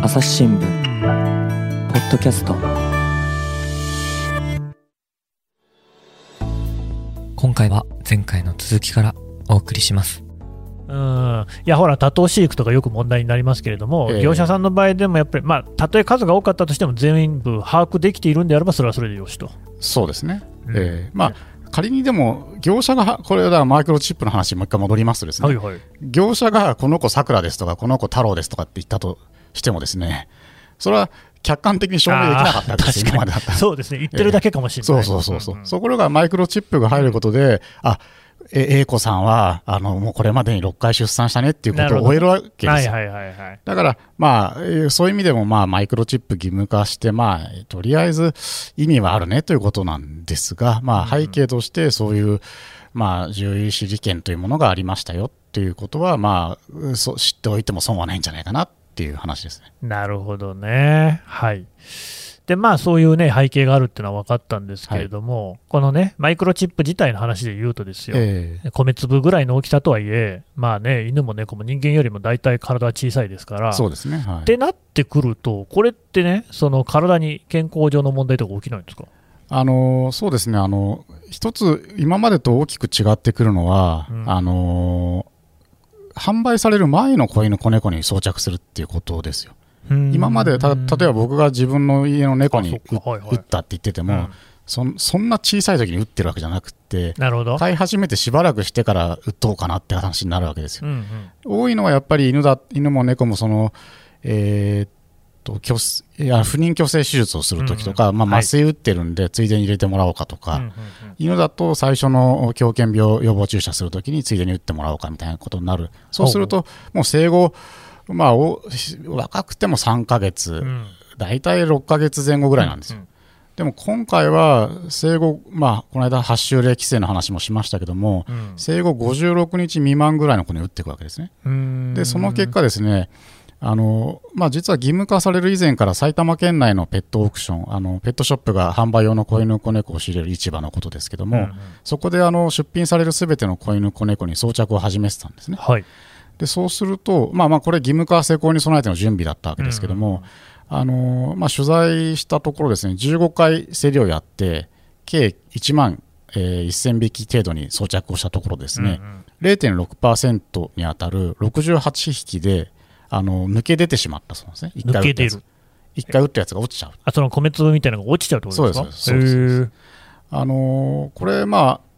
朝日新聞ポッドキャスト。今回は前回の続きからお送りします。 いやほら多頭飼育とかよく問題になりますけれども、業者さんの場合でもやっぱり、たとえ数が多かったとしても全部把握できているんであればそれはそれでよしと。 そうですね、仮にでも業者がこれだからマイクロチップの話にもう一回戻りますとですね、業者がこの子さくらですとかこの子太郎ですとかって言ったとしてもですね、それは客観的に証明できなかったんですよ、今までだったら。 そうですね、言ってるだけかもしれない。 ところがマイクロチップが入ることで、A 子さんはもうこれまでに6回出産したねっていうことを終えるわけですよ。だからそういう意味でもマイクロチップ義務化してとりあえず意味はあるねということなんですが、背景としてそういう獣医師利権というものがありましたよということは知っておいても損はないんじゃないかなっていう話ですね。 なるほどね。はい。でそういうね背景があるっていうのは分かったんですけれども、このねマイクロチップ自体の話で言うとですよ、米粒ぐらいの大きさとはいえ犬も猫も人間よりも大体体は小さいですから、 そうですね、 ってなってくるとこれってねその体に健康上の問題とか起きないんですか？ そうですね、一つ今までと大きく違ってくるのは、販売される前の子犬子猫に装着するっていうことですよ。今まで例えば僕が自分の家の猫に打ったって言ってても、そんな小さい時に打ってるわけじゃなくて、飼い始めてしばらくしてから打とうかなって話になるわけですよ。多いのはやっぱり犬も猫も不妊去勢手術をするときとか、麻酔打ってるんでついでに入れてもらおうかとか、犬だと最初の狂犬病予防注射するときについでに打ってもらおうかみたいなことになる。そうするともう生後若くても3ヶ月、大体6ヶ月前後ぐらいなんですよ。でも今回は生後、この間8週例規制の話もしましたけども、生後56日未満ぐらいの子に打っていくわけですね。でその結果ですね、実は義務化される以前から埼玉県内のペットオークション、ペットショップが販売用の子犬子猫を仕入れる市場のことですけども、そこで出品されるすべての子犬子猫に装着を始めてたんですね。でそうすると、これ義務化施行に備えての準備だったわけですけども、取材したところですね、15回競りをやって計1万1000匹程度に装着をしたところですね、0.6% に当たる68匹で抜け出てしまったそうですね。1回打ったやつが落ちちゃう。 その米粒みたいなのが落ちちゃうってことですか？ そうです。これ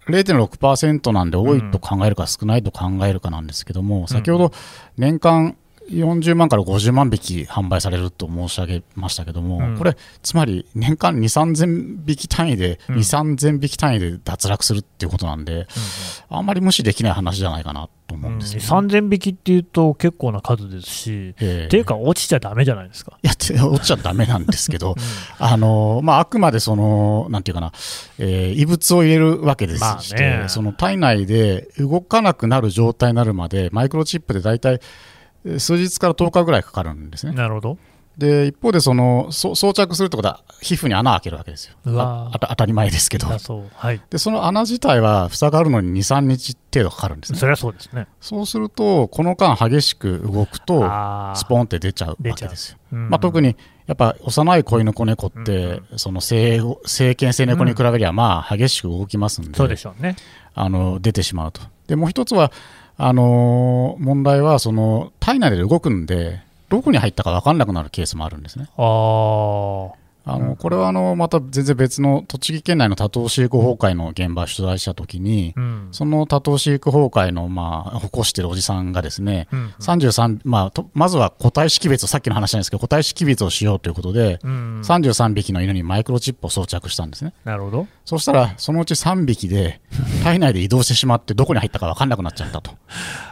0.6% なんで多いと考えるか少ないと考えるかなんですけども、先ほど年間40万から50万匹販売されると申し上げましたけども、これつまり年間2、3000匹単位で2、3000匹単位で脱落するっていうことなんで、あんまり無視できない話じゃないかなと思うんですよね。 3000匹っていうと結構な数ですし、っていうか落ちちゃダメじゃないですか。 いや落ちちゃダメなんですけど、あくまでなんていうかな、異物を入れるわけですして、その体内で動かなくなる状態になるまでマイクロチップでだいたい数日から10日ぐらいかかるんですね。 なるほど。 で一方で装着するってことは皮膚に穴を開けるわけですよ。当たり前ですけど、でその穴自体は塞がるのに 2,3 日程度かかるんですね。 それはそうですね。 そうするとこの間激しく動くとスポンって出ちゃうわけですよ。特にやっぱ幼い子犬子猫って、その成犬成猫に比べりゃ激しく動きますんで、 そうでしょうね。 出てしまうと。でもう一つは問題はその体内で動くんでどこに入ったか分からなくなるケースもあるんですね。これはまた全然別の栃木県内の多頭飼育崩壊の現場を取材したときに、その多頭飼育崩壊の起こしているおじさんがですね、33、まずは個体識別を、さっきの話なんですけど個体識別をしようということで、33匹の犬にマイクロチップを装着したんですね。 なるほど。 そうしたらそのうち3匹で体内で移動してしまってどこに入ったか分からなくなっちゃったと。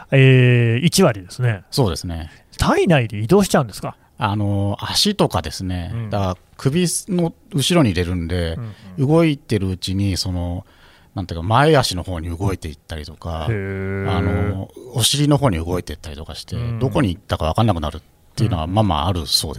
1割ですね。 そうですね。 体内で移動しちゃうんですか？ 足とかですね、だから首の後ろに入れるんで、動いてるうちになんていうか前足の方に動いていったりとか、お尻の方に動いていったりとかして、どこに行ったか分からなくなるっていうのはあるそうです。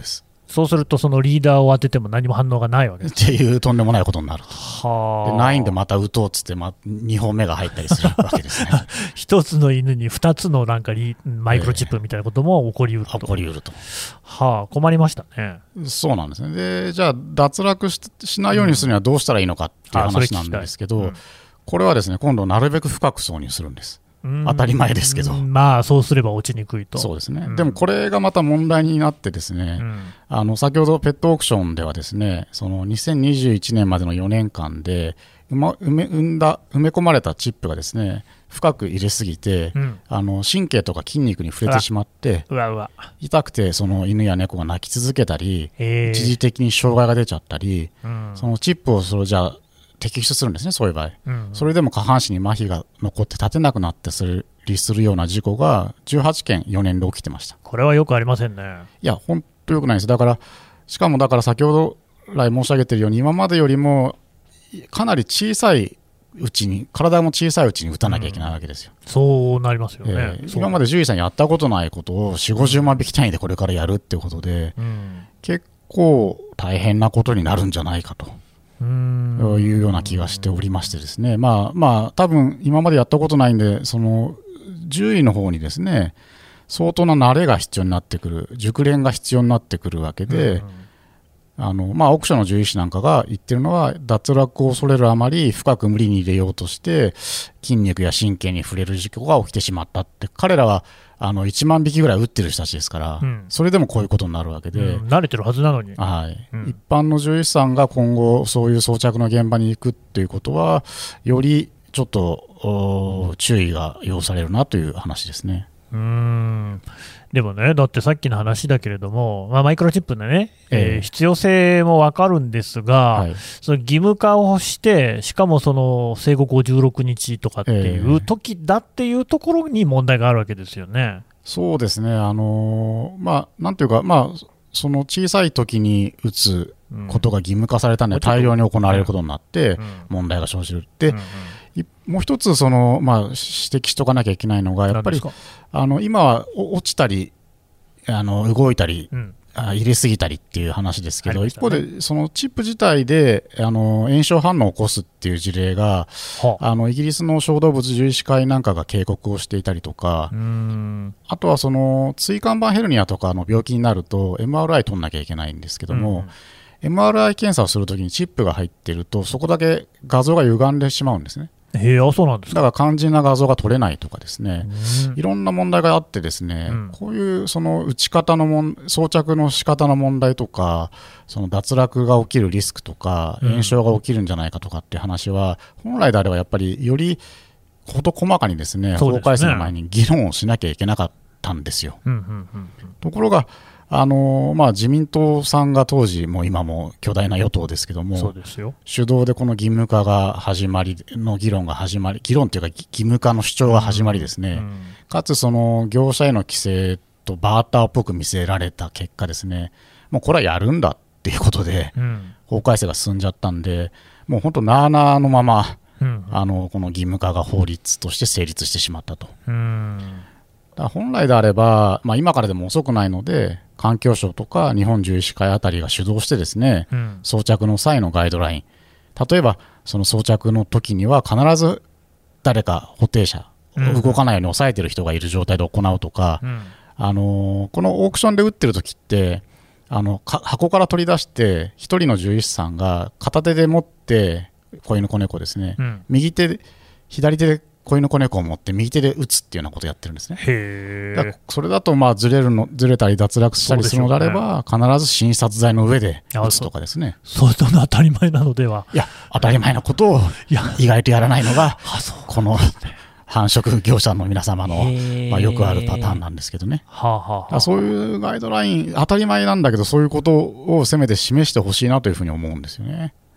そうすると、そのリーダーを当てても何も反応がないわけですっていうとんでもないことになると。でないんでまた打とうっつって、2本目が入ったりするわけですね。 一つの犬に2つのなんかマイクロチップみたいなことも起こりうると。 起こりうると。 困りましたね。 そうなんですね。で、じゃあ、脱落 しないようにするにはどうしたらいいのかっていう話なんですけど、これはですね、今度、なるべく深く挿入するんです。当たり前ですけど、 そうすれば落ちにくいと。 そうですね、でもこれがまた問題になってですね、先ほどペットオークションではですね、その2021年までの4年間で埋め込まれたチップがですね、深く入れすぎて、神経とか筋肉に触れてしまって、痛くてその犬や猫が鳴き続けたり、一時的に障害が出ちゃったり、そのチップをじゃあ摘出するんですね、そういう場合、それでも下半身に麻痺が残って立てなくなってするような事故が18件4年で起きてました。 これはよくありませんね。 いや、本当よくないです。しかも先ほど来申し上げているように、今までよりもかなり小さいうちに、体も小さいうちに打たなきゃいけないわけですよ。 そうなりますよね。 今まで獣医さんやったことないことを4、50万匹単位でこれからやるっていうことで、結構大変なことになるんじゃないかと。いうような気がしておりましてですね、多分今までやったことないんで、その獣医の方にですね、相当な慣れが必要になってくる、熟練が必要になってくるわけで、オークションの獣医師なんかが言ってるのは、脱落を恐れるあまり深く無理に入れようとして筋肉や神経に触れる事故が起きてしまったって。彼らは1万匹ぐらい打ってる人たちですから、それでもこういうことになるわけで、 慣れてるはずなのに、 一般の獣医師さんが今後そういう装着の現場に行くっていうことは、よりちょっと注意が要されるなという話ですね。 でもね、だってさっきの話だけれども、マイクロチップのね、必要性も分かるんですが、その義務化をして、しかもその生後56日とかっていう時だっていうところに問題があるわけですよね。 そうですね、なんていうか、その小さい時に打つことが義務化されたので、大量に行われることになって問題が生じるって、もう一つ指摘しとかなきゃいけないのが、やっぱり今は落ちたり動いたり、入れすぎたりっていう話ですけど、一方でそのチップ自体で炎症反応を起こすっていう事例が、イギリスの小動物獣医師会なんかが警告をしていたりとか、あとはその椎間板ヘルニアとかの病気になると MRI 取んなきゃいけないんですけども、MRI 検査をするときにチップが入っていると、そこだけ画像が歪んでしまうんですね。 そうなんですか。 だから肝心な画像が撮れないとかですね、いろんな問題があってですね、こういうその打ち方の装着の仕方の問題とか、その脱落が起きるリスクとか、炎症が起きるんじゃないかとかっていう話は、本来であればやっぱりより事細かにですね、法改正の前に議論をしなきゃいけなかったんですよ。ところが自民党さんが当時も今も巨大な与党ですけども、主導でこの義務化が始まりの議論というか義務化の主張が始まりですね、かつその業者への規制とバーターっぽく見せられた結果ですね、もうこれはやるんだっていうことで法改正が進んじゃったんで、もう本当なあなあのままこの義務化が法律として成立してしまったと。本来であれば、今からでも遅くないので、環境省とか日本獣医師会あたりが主導してですね、装着の際のガイドライン、例えばその装着の時には必ず誰か補定者、動かないように抑えてる人がいる状態で行うとか、このオークションで打ってる時って箱から取り出して一人の獣医師さんが片手で持って子犬子猫ですね、左手で子犬子猫を持って右手で打つっていうようなことをやってるんですね。それだとずれたり脱落したりするのであれば、必ず診察剤の上で打つとかですね。 そういうの当たり前なのでは。 いや、当たり前なことを意外とやらないのがこの繁殖業者の皆様のよくあるパターンなんですけどね。そういうガイドライン当たり前なんだけど、そういうことをせめて示してほしいなというふうに思うんですよね。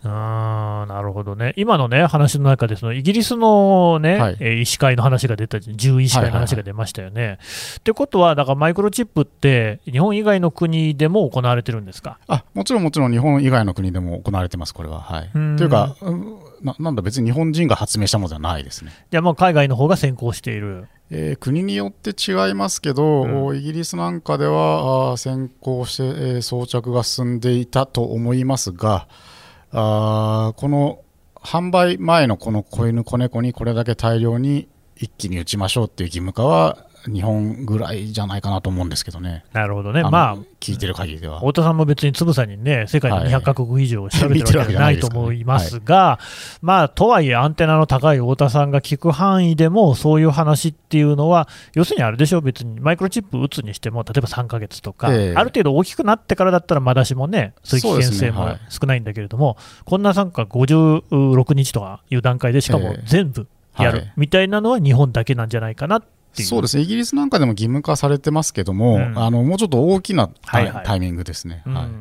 なるほどね、今の、ね、話の中でそのイギリスの、ね、はい、医師会の話が出た、獣医師会の話が出ましたよね。はいはいはい、ってことは、だからマイクロチップって、日本以外の国でも行われてるんですか？ もちろん、日本以外の国でも行われてます、これは。はい、というか、なんだ、別に日本人が発明したものじゃないですね。 じゃあ、もう海外の方が先行している。 国によって違いますけど、イギリスなんかでは先行して、装着が進んでいたと思いますが、この販売前のこの子犬子猫にこれだけ大量に一気に打ちましょうっていう義務化は日本ぐらいじゃないかなと思うんですけどね。 なるほどね。 聞いてる限りでは。 太田さんも別につぶさにね、世界の200カ国以上調べてるわけじゃないと思いますが、とはいえアンテナの高い太田さんが聞く範囲でも、そういう話っていうのは、要するにあれでしょう、別にマイクロチップ打つにしても、例えば3ヶ月とか、ある程度大きくなってからだったらまだしもね、そういう危険性も少ないんだけれども、こんななんか56日とかいう段階で、しかも全部やるみたいなのは日本だけなんじゃないかな。 そうですね、イギリスなんかでも義務化されてますけども、もうちょっと大きなタイミングですね。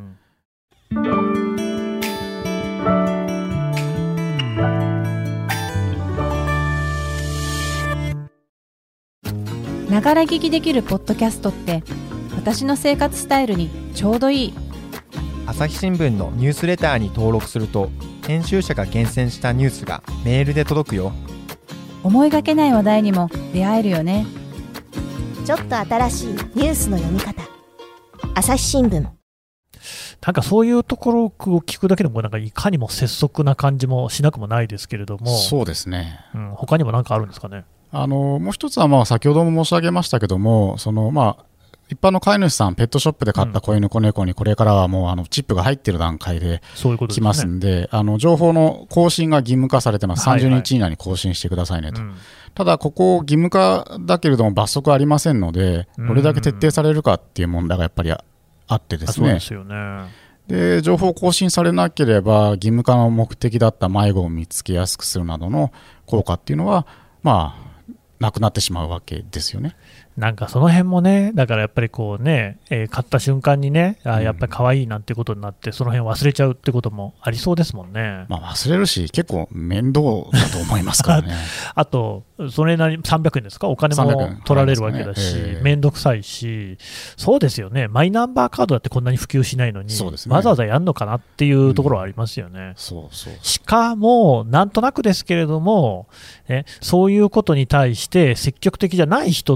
ながら聞きできるポッドキャストって私の生活スタイルにちょうどいい。 朝日新聞のニュースレターに登録すると、編集者が厳選したニュースがメールで届くよ。 思いがけない話題にも出会えるよね。 ちょっと新しいニュースの読み方。朝日新聞。 なんかそういうところを聞くだけでも、なんかいかにも拙速な感じもしなくもないですけれども。 そうですね。 他にも何かあるんですかね。 もう一つは先ほども申し上げましたけども、一般の飼い主さん、ペットショップで買った子犬子猫にこれからはもうチップが入っている段階で来ますんで、情報の更新が義務化されてます。30日以内に更新してくださいねと。ただ、ここ義務化だけれども罰則ありませんので、どれだけ徹底されるかっていう問題がやっぱりあってですね。 そうですよね。 で、情報更新されなければ義務化の目的だった迷子を見つけやすくするなどの効果っていうのはなくなってしまうわけですよね。 なんかその辺もね、だからやっぱりこうね、買った瞬間にね、やっぱり可愛いなんてことになって、その辺忘れちゃうってこともありそうですもんね。 忘れるし、結構面倒だと思いますからね。 あと、それなりに300円ですか、お金も取られるわけだし、面倒くさいし、そうですよね、マイナンバーカードだってこんなに普及しないのに、わざわざやるのかなっていうところはありますよね。しかも、なんとなくですけれども、そういうことに対して積極的じゃない人って、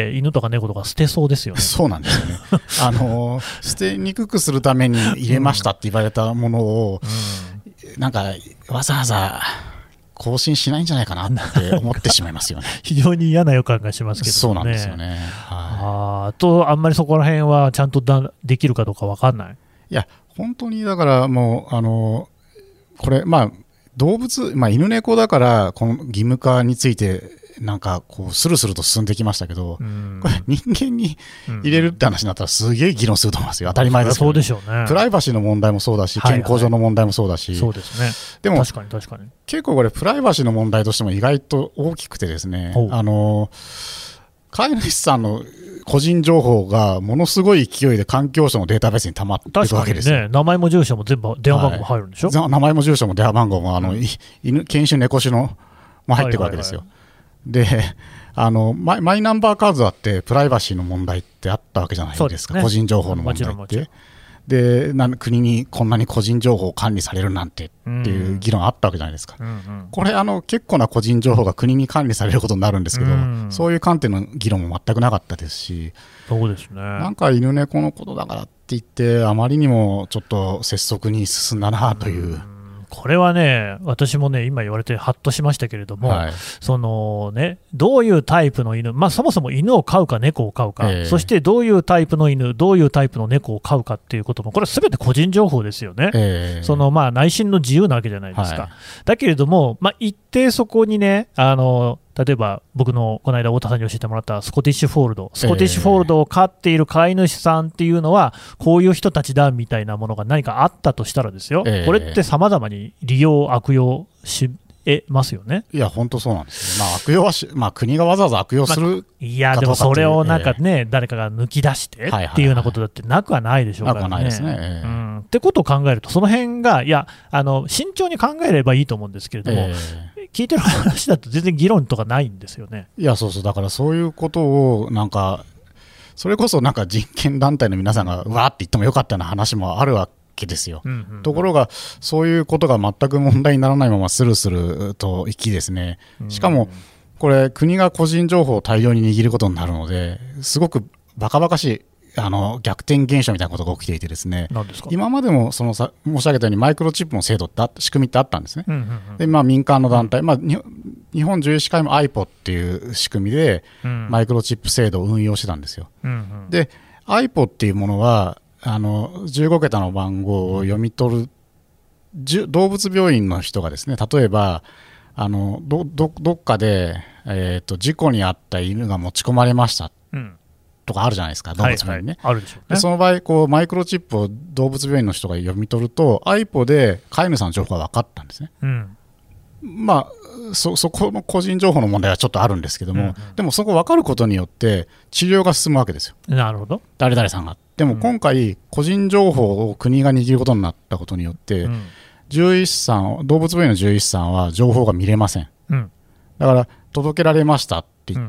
犬とか猫とか捨てそうですよね。 そうなんですよね。捨てにくくするために入れましたって言われたものを、なんかわざわざ更新しないんじゃないかなって思ってしまいますよね。 非常に嫌な予感がしますけどね。 そうなんですよね。 あんまりそこら辺はちゃんとできるかどうか分かんない。 いや、本当にだからもうこれ動物、犬猫だからこの義務化についてなんかこうスルスルと進んできましたけど、これ人間に入れるって話になったらすげえ議論すると思いますよ。当たり前ですけど、 そうでしょうね。 プライバシーの問題もそうだし、健康上の問題もそうだし、 そうですね。 でも確かに結構これプライバシーの問題としても意外と大きくてですね、飼い主さんの個人情報がものすごい勢いで環境省のデータベースに溜まっていくわけですよ。 確かにね、名前も住所も全部電話番号入るんでしょ。 名前も住所も電話番号も犬犬種猫種のも入っていくわけですよ。で、マイナンバーカードだってプライバシーの問題ってあったわけじゃないですか。個人情報の問題って。で、国にこんなに個人情報を管理されるなんてっていう議論あったわけじゃないですか。これ結構な個人情報が国に管理されることになるんですけど、そういう観点の議論も全くなかったですし、 そうですね。 なんか犬猫のことだからって言ってあまりにもちょっと拙速に進んだなという。 これはね、私もね、今言われてハッとしましたけれども、どういうタイプの犬、そもそも犬を飼うか猫を飼うか、そしてどういうタイプの犬、どういうタイプの猫を飼うかっていうことも、これはすべて個人情報ですよね。内心の自由なわけじゃないですか。だけれども、一定そこにね、例えば僕のこの間太田さんに教えてもらったスコティッシュフォールドを飼っている飼い主さんっていうのはこういう人たちだみたいなものが何かあったとしたらですよ、これって様々に利用悪用えますよね。 いや、本当そうなんですよ。悪用は国がわざわざ悪用する、 いや、でもそれをなんかね、誰かが抜き出してっていうようなことだってなくはないでしょうからね。 なくはないですね。 ってことを考えると、その辺が、いや、慎重に考えればいいと思うんですけれども、聞いてる話だと全然議論とかないんですよね。 いや、そうそう、だからそういうことを、なんか、それこそなんか人権団体の皆さんが、うわーって言ってもよかったような話もあるわけですよ。ところが、そういうことが全く問題にならないままスルスルといきですね、しかも、これ、国が個人情報を大量に握ることになるので、すごくバカバカしい。逆転現象みたいなことが起きていてですね、今までも申し上げたようにマイクロチップの制度って仕組みってあったんですね。で、民間の団体、日本獣医師会も IPO っていう仕組みでマイクロチップ制度を運用してたんですよ。で IPO っていうものは15桁の番号を読み取る動物病院の人がですね、例えばどっかで、事故に遭った犬が持ち込まれました、とかあるじゃないですか、動物病院ね。 あるでしょうね。 その場合マイクロチップを動物病院の人が読み取ると IPO で飼い主さんの情報が分かったんですね。そこの個人情報の問題はちょっとあるんですけども、でもそこ分かることによって治療が進むわけですよ。 なるほど。 誰々さんが。でも今回、個人情報を国が握ることになったことによって、獣医師さん、動物病院の獣医師さんは情報が見れません。だから届けられましたって言って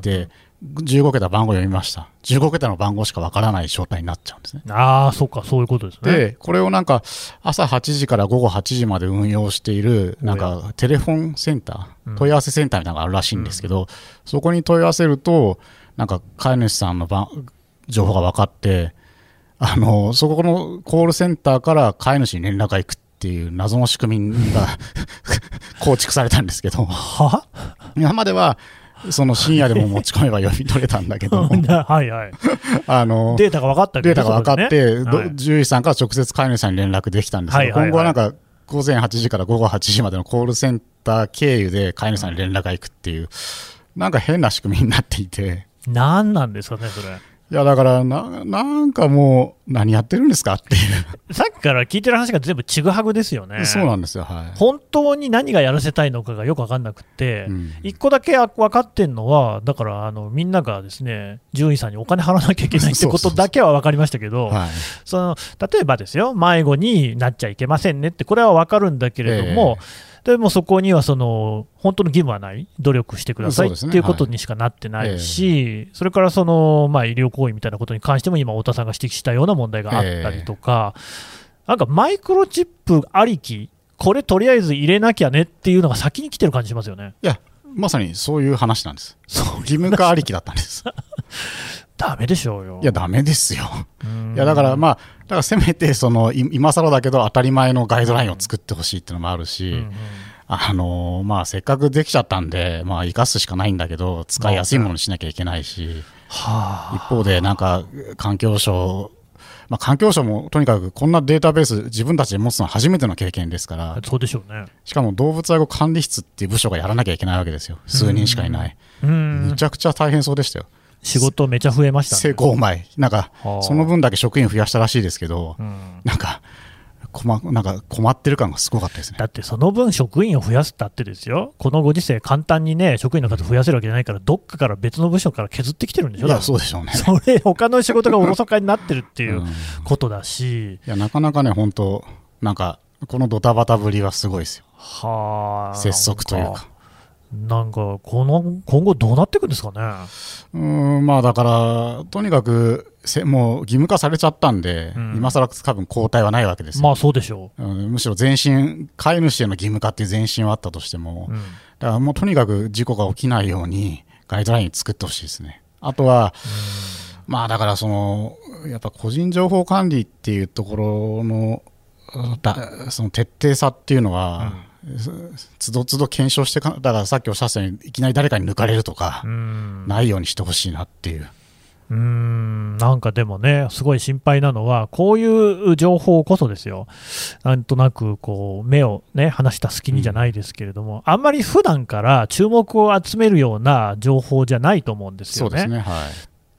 、15桁番号読みました。15桁の番号しかわからない状態になっちゃうんですね。 ああ、そうか、そういうことですね。 で、これをなんか朝8時から午後8時まで運用しているなんかテレフォンセンター、問い合わせセンターみたいなのがあるらしいんですけど、そこに問い合わせるとなんか飼い主さんの情報が分かって、そこのコールセンターから飼い主に連絡が行くっていう謎の仕組みが構築されたんですけど、今まではその深夜でも持ち込めば読み取れたんだけどはい、 はい、データが分かったけど、 データが分かって、獣医師さんから直接飼い主さんに連絡できたんですけど、今後はなんか午前8時から午後8時までのコールセンター経由で飼い主さんに連絡が行くっていう、なんか変な仕組みになっていて。 何なんですかね、それ。 いや、だからなんかもう何やってるんですかっていうさっきから聞いてる話が全部ちぐはぐですよね。 そうなんですよ、はい、 本当に何がやらせたいのかがよく分かんなくて、一個だけ分かってるのは、だからみんながですね、獣医さんにお金払わなきゃいけないってことだけは分かりましたけど、例えばですよ、迷子になっちゃいけませんねって、これは分かるんだけれども、でもそこには本当の義務はない、努力してくださいっていうことにしかなってないし、それから医療行為みたいなことに関しても、今、太田さんが指摘したような問題があったりとか、なんかマイクロチップありき、これとりあえず入れなきゃねっていうのが先に来てる感じしますよね。 いや、まさにそういう話なんです。義務化ありきだったんです。 ダメでしょうよ。 いや、ダメですよ。いや、だからせめて今更だけど当たり前のガイドラインを作ってほしいっていうのもあるし、せっかくできちゃったんで、生かすしかないんだけど、使いやすいものにしなきゃいけないし、一方でなんか環境省もとにかくこんなデータベース自分たちで持つのは初めての経験ですから。 そうでしょうね。 しかも動物愛護管理室っていう部署がやらなきゃいけないわけですよ。数人しかいない。むちゃくちゃ大変そうでしたよ。 仕事めちゃ増えましたね。 成功前なんかその分だけ職員増やしたらしいですけど、なんか困ってる感がすごかったですね。 だってその分職員を増やすったってですよ、このご時世簡単にね職員の方増やせるわけじゃないから、どっかから別の部署から削ってきてるんでしょ。 いや、そうでしょうね。 それ他の仕事がおろそかになってるっていうことだし、 いや、なかなかね、本当なんかこのドタバタぶりはすごいですよ。拙速というか。 なんか今後どうなっていくんですかね。 だからとにかくもう義務化されちゃったんで、今更多分交代はないわけですよ。 そうでしょう。 むしろ前進、飼い主への義務化っていう前進はあったとしても、だからもうとにかく事故が起きないようにガイドライン作ってほしいですね。あとはだからやっぱ個人情報管理っていうところのその徹底さっていうのは、つどつど検証してだからさっきおっしゃったようにいきなり誰かに抜かれるとかないようにしてほしいなっていう。 なんかでもね、すごい心配なのは、こういう情報こそですよ、なんとなく目をね離した隙にじゃないですけれども、あんまり普段から注目を集めるような情報じゃないと思うんですよね。 そうですね、はい。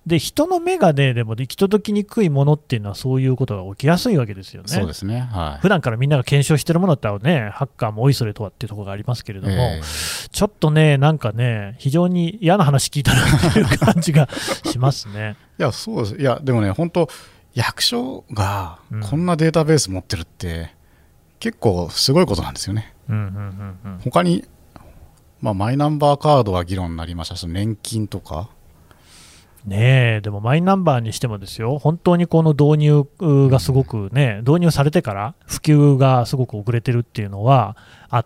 で人の目がね、でも行き届きにくいものっていうのは、そういうことが起きやすいわけですよね。 そうですね、はい、 普段からみんなが検証してるものってね、ハッカーもおいそれとはっていうところがありますけれども、ちょっとね、なんかね、非常に嫌な話聞いたなっていう感じがしますね。 いや、そうです。いや、でもね、本当、役所がこんなデータベース持ってるって、結構すごいことなんですよね。他に、マイナンバーカードは議論になりましたし、年金とか。 ねえ、でもマイナンバーにしてもですよ、本当にこの導入がすごくね、導入されてから普及がすごく遅れてるっていうのはあって、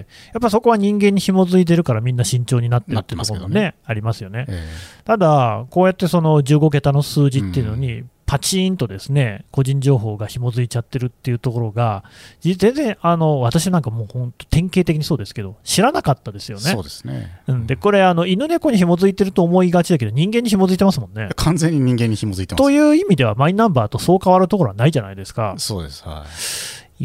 やっぱそこは人間に紐づいてるからみんな慎重になってるっていうところもね、ありますよね。ただ、こうやってその15桁の数字っていうのに、パチーンとですね、個人情報が紐づいちゃってるっていうところが、全然私なんかもう本当典型的にそうですけど、知らなかったですよね。 そうですね。 でこれ犬猫に紐づいてると思いがちだけど、人間に紐づいてますもんね。 完全に人間に紐づいてます。 という意味ではマイナンバーとそう変わるところはないじゃないですか。 そうです。はい。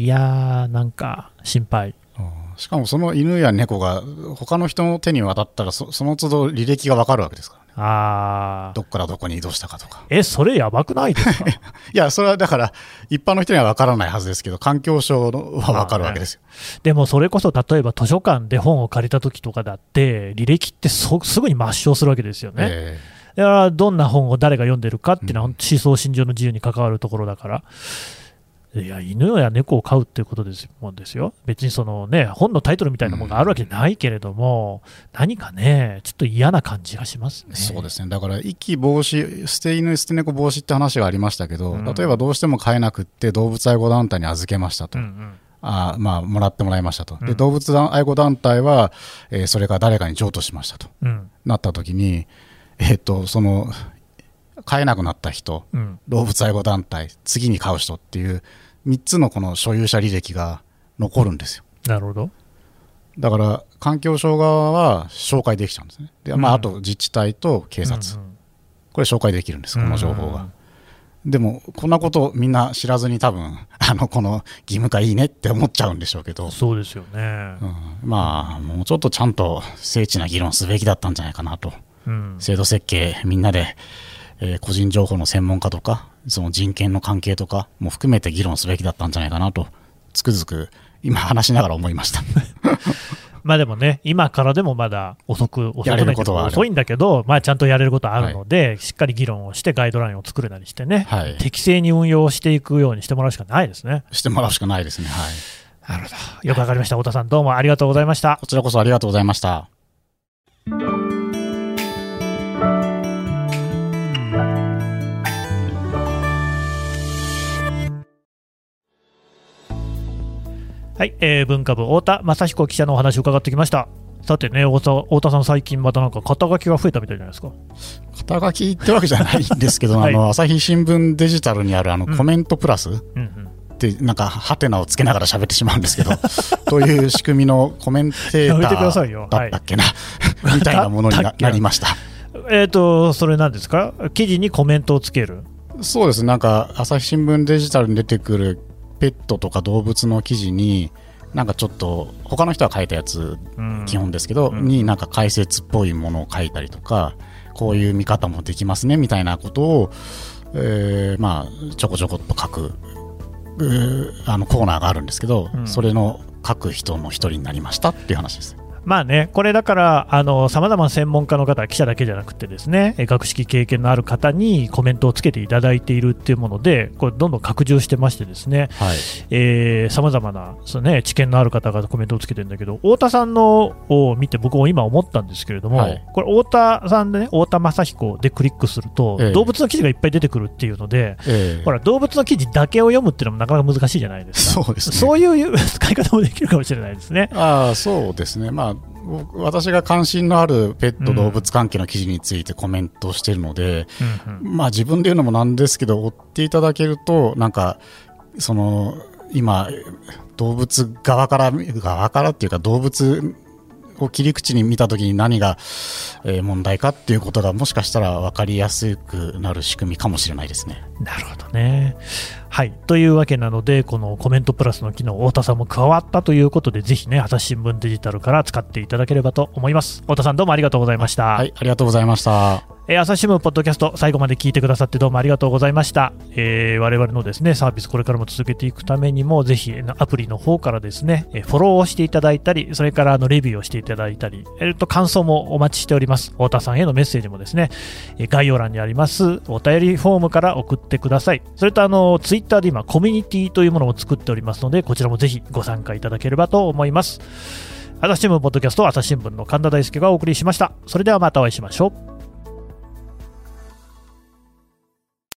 いやー、なんか心配。 しかもその犬や猫が他の人の手に渡ったら その都度履歴が分かるわけですからね。どっからどこに移動したかとか。 それやばくないですか？ いや、それはだから一般の人には分からないはずですけど、環境省は分かるわけですよ。 でもそれこそ例えば図書館で本を借りた時とかだって履歴ってすぐに抹消するわけですよね。だからどんな本を誰が読んでるかっていうのは思想信条の自由に関わるところだから、いや犬や猫を飼うっていうことですもんですよ。別にその、ね、本のタイトルみたいなものがあるわけじゃないけれども、何かね、ちょっと嫌な感じがしますね。 そうですね。だから遺棄防止、捨て犬捨て猫防止って話がありましたけど、例えばどうしても飼えなくって動物愛護団体に預けましたと、もらってもらいましたと、で動物愛護団体は、それが誰かに譲渡しましたと、なった時に、その飼えなくなった人、動物愛護団体、次に飼う人っていう3つのこの所有者履歴が残るんですよ。 なるほど。 だから環境省側は紹介できちゃうんですね。で、あと自治体と警察、これ紹介できるんです、この情報が。でもこんなことみんな知らずに多分この義務化いいねって思っちゃうんでしょうけど。 そうですよね。 もうちょっとちゃんと精緻な議論すべきだったんじゃないかなと。制度設計みんなで個人情報の専門家とかその人権の関係とかも含めて議論すべきだったんじゃないかなとつくづく今話しながら思いました。 でもね、今からでもまだ遅いんだけど、ちゃんとやれることはあるので、しっかり議論をしてガイドラインを作るなりしてね、適正に運用していくようにしてもらうしかないですね。 してもらうしかないですね。 なるほど、よくわかりました。太田さん、どうもありがとうございました。 こちらこそありがとうございました。 はい、文化部太田雅彦記者のお話を伺ってきました。さてね、太田さん、最近またなんか肩書きが増えたみたいじゃないですか。 肩書きってわけじゃないんですけど、朝日新聞デジタルにあるコメントプラスってなんかハテナをつけながら喋ってしまうんですけどという仕組みのコメンテーターだったっけなみたいなものに なりました。 それなんですか、記事にコメントをつける。 そうです。なんか朝日新聞デジタルに出てくるペットとか動物の記事になんかちょっと他の人が書いたやつ、基本ですけど、になんか解説っぽいものを書いたりとか、こういう見方もできますねみたいなことを、ちょこちょこっと書くコーナーがあるんですけど、それの書く人の一人になりましたっていう話です。 これだからさまざまな専門家の方、記者だけじゃなくてですね、学識経験のある方にコメントをつけていただいているっていうもので、これどんどん拡充してましてですね、さまざまな知見のある方がコメントをつけてるんだけど、太田さんのを見て僕も今思ったんですけれども、これ太田さんでね、太田雅彦でクリックすると、動物の記事がいっぱい出てくるっていうので、ほら動物の記事だけを読むっていうのもなかなか難しいじゃないですか。 そうですね。 そういう使い方もできるかもしれないですね。 そうですね。私が関心のあるペット動物関係の記事についてコメントしているので、自分で言うのもなんですけど、追っていただけるとなんかその今動物側からっていうか、動物を切り口に見たときに何が問題かっていうことがもしかしたら分かりやすくなる仕組みかもしれないですね。 なるほどね。 はい、というわけなので、このコメントプラスの機能、太田さんも加わったということで、ぜひね、朝日新聞デジタルから使っていただければと思います。太田さん、どうもありがとうございました。 はい、ありがとうございました。 朝日新聞ポッドキャスト、最後まで聞いてくださってどうもありがとうございました。我々のですね、サービス、これからも続けていくためにも、ぜひアプリの方からですね、フォローをしていただいたり、それからレビューをしていただいたり、感想もお待ちしております。太田さんへのメッセージもですね、概要欄にありますお便りフォームから送ってください。それとツイッターで今コミュニティというものを作っておりますので、こちらもぜひご参加いただければと思います。朝日新聞ポッドキャスト、朝日新聞の神田大輔がお送りしました。それではまたお会いしましょう。